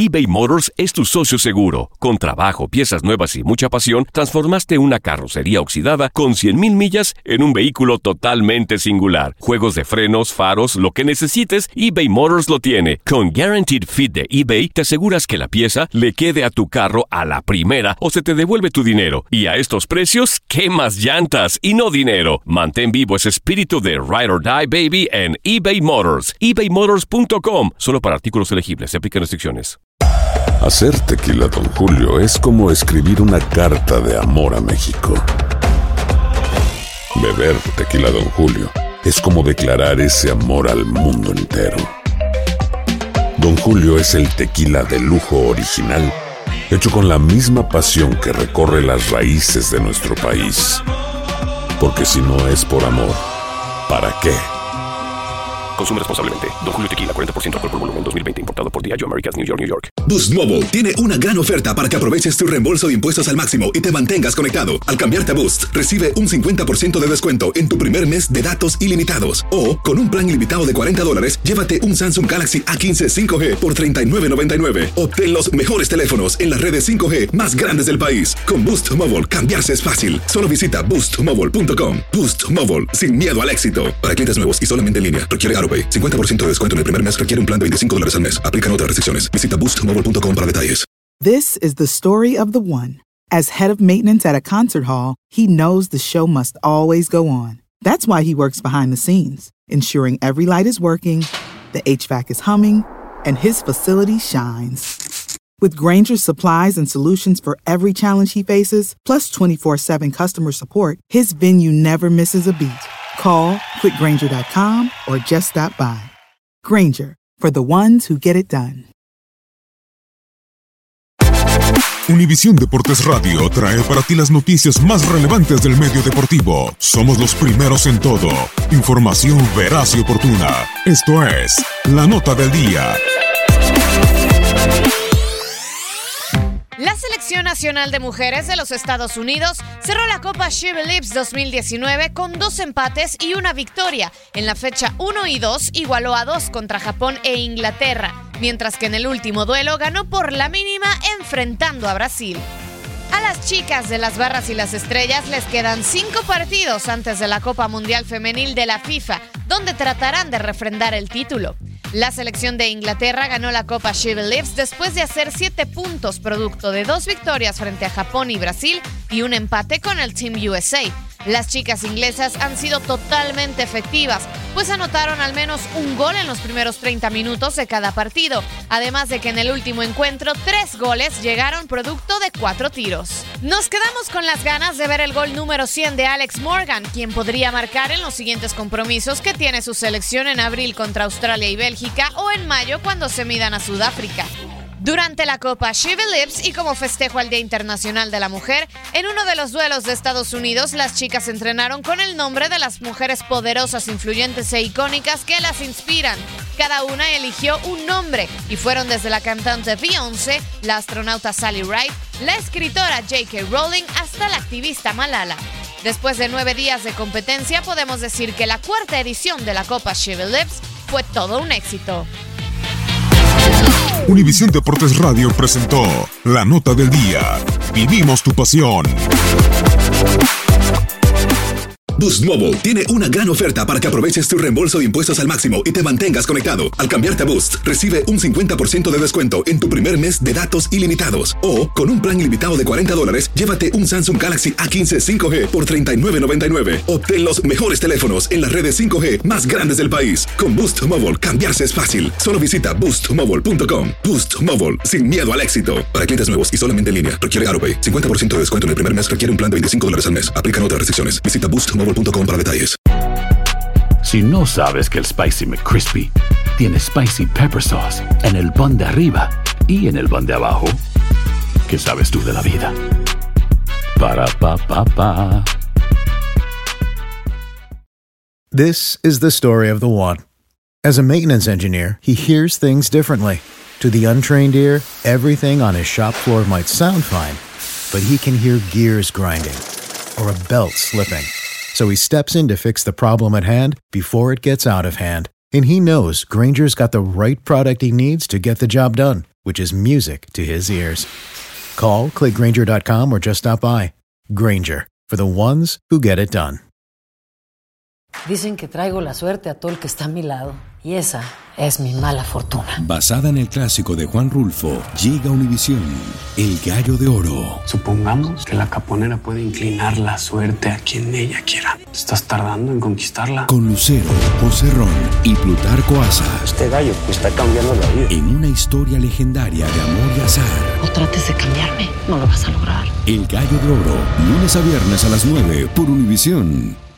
eBay Motors es tu socio seguro. Con trabajo, piezas nuevas y mucha pasión, transformaste una carrocería oxidada con 100,000 millas en un vehículo totalmente singular. Juegos de frenos, faros, lo que necesites, eBay Motors lo tiene. Con Guaranteed Fit de eBay, te aseguras que la pieza le quede a tu carro a la primera o se te devuelve tu dinero. Y a estos precios, ¿qué más llantas y no dinero? Mantén vivo ese espíritu de Ride or Die, baby, en eBay Motors. ebaymotors.com. Solo para artículos elegibles. Se aplican restricciones. Hacer tequila Don Julio es como escribir una carta de amor a México. Beber tequila Don Julio es como declarar ese amor al mundo entero. Don Julio es el tequila de lujo original, hecho con la misma pasión que recorre las raíces de nuestro país. Porque si no es por amor, ¿para qué? Consume responsablemente. Don Julio Tequila, 40% alcohol por volumen, 2020. Importado por Diageo Americas, New York, New York. Boost Mobile tiene una gran oferta para que aproveches tu reembolso de impuestos al máximo y te mantengas conectado. Al cambiarte a Boost, recibe un 50% de descuento en tu primer mes de datos ilimitados. O, con un plan ilimitado de $40, llévate un Samsung Galaxy A15 5G por $39.99. Obtén los mejores teléfonos en las redes 5G más grandes del país. Con Boost Mobile, cambiarse es fácil. Solo visita boostmobile.com. Boost Mobile, sin miedo al éxito. Para clientes nuevos y solamente en línea, requiere AroPay. 50% de descuento en el primer mes requiere un plan de $25 al mes. Aplican otras restricciones. Visita boostmobile.com para detalles. This is the story of the one. As head of maintenance at a concert hall, he knows the show must always go on. That's why he works behind the scenes, ensuring every light is working, the HVAC is humming, and his facility shines. With Grainger's supplies and solutions for every challenge he faces, plus 24/7 customer support, his venue never misses a beat. Call quickgrainger.com or just stop by. Grainger, for the ones who get it done. Univisión Deportes Radio trae para ti las noticias más relevantes del medio deportivo. Somos los primeros en todo. Información veraz y oportuna. Esto es La Nota del Día. La Selección Nacional de Mujeres de los Estados Unidos cerró la Copa She Believes 2019 con 2 empates y una victoria. En la fecha 1 y 2 igualó a 2 contra Japón e Inglaterra, mientras que en el último duelo ganó por la mínima enfrentando a Brasil. A las chicas de las barras y las estrellas les quedan 5 partidos antes de la Copa Mundial Femenil de la FIFA, donde tratarán de refrendar el título. La selección de Inglaterra ganó la Copa She Believes después de hacer 7 puntos producto de 2 victorias frente a Japón y Brasil y un empate con el Team USA. Las chicas inglesas han sido totalmente efectivas, pues anotaron al menos un gol en los primeros 30 minutos de cada partido, además de que en el último encuentro 3 goles llegaron producto de 4 tiros. Nos quedamos con las ganas de ver el gol número 100 de Alex Morgan, quien podría marcar en los siguientes compromisos que tiene su selección en abril contra Australia y Bélgica o en mayo cuando se midan a Sudáfrica. Durante la Copa She Believes y como festejo al Día Internacional de la Mujer, en uno de los duelos de Estados Unidos, las chicas entrenaron con el nombre de las mujeres poderosas, influyentes e icónicas que las inspiran. Cada una eligió un nombre y fueron desde la cantante Beyoncé, la astronauta Sally Ride, la escritora J.K. Rowling hasta la activista Malala. Después de 9 días de competencia, podemos decir que la 4ª edición de la Copa She Believes fue todo un éxito. Univisión Deportes Radio presentó La Nota del Día. Vivimos tu pasión. Boost Mobile tiene una gran oferta para que aproveches tu reembolso de impuestos al máximo y te mantengas conectado. Al cambiarte a Boost, recibe un 50% de descuento en tu primer mes de datos ilimitados. O, con un plan ilimitado de $40, llévate un Samsung Galaxy A15 5G por $39.99. Obtén los mejores teléfonos en las redes 5G más grandes del país. Con Boost Mobile, cambiarse es fácil. Solo visita boostmobile.com. Boost Mobile, sin miedo al éxito. Para clientes nuevos y solamente en línea, requiere AroPay. 50% de descuento en el primer mes requiere un plan de $25 al mes. Aplican otras restricciones. Visita boostmobile.com para detalles. Si no sabes que el Spicy McCrispy tiene Spicy Pepper Sauce en el pan de arriba y en el pan de abajo, ¿qué sabes tú de la vida? Para, pa, pa, pa. This is the story of the one. As a maintenance engineer, he hears things differently. To the untrained ear, everything on his shop floor might sound fine, but he can hear gears grinding or a belt slipping. So he steps in to fix the problem at hand before it gets out of hand. And he knows Grainger's got the right product he needs to get the job done, which is music to his ears. Call, click Grainger.com, or just stop by. Grainger, for the ones who get it done. Dicen que traigo la suerte a todo el que está a mi lado. Y esa es mi mala fortuna. Basada en el clásico de Juan Rulfo, llega a Univisión, El Gallo de Oro. Supongamos que la caponera puede inclinar la suerte a quien ella quiera. ¿Estás tardando en conquistarla? Con Lucero, José Ron y Plutarco Asa. Este gallo está cambiando la vida. En una historia legendaria de amor y azar. No trates de cambiarme, no lo vas a lograr. El Gallo de Oro, lunes a viernes a las 9 por Univisión.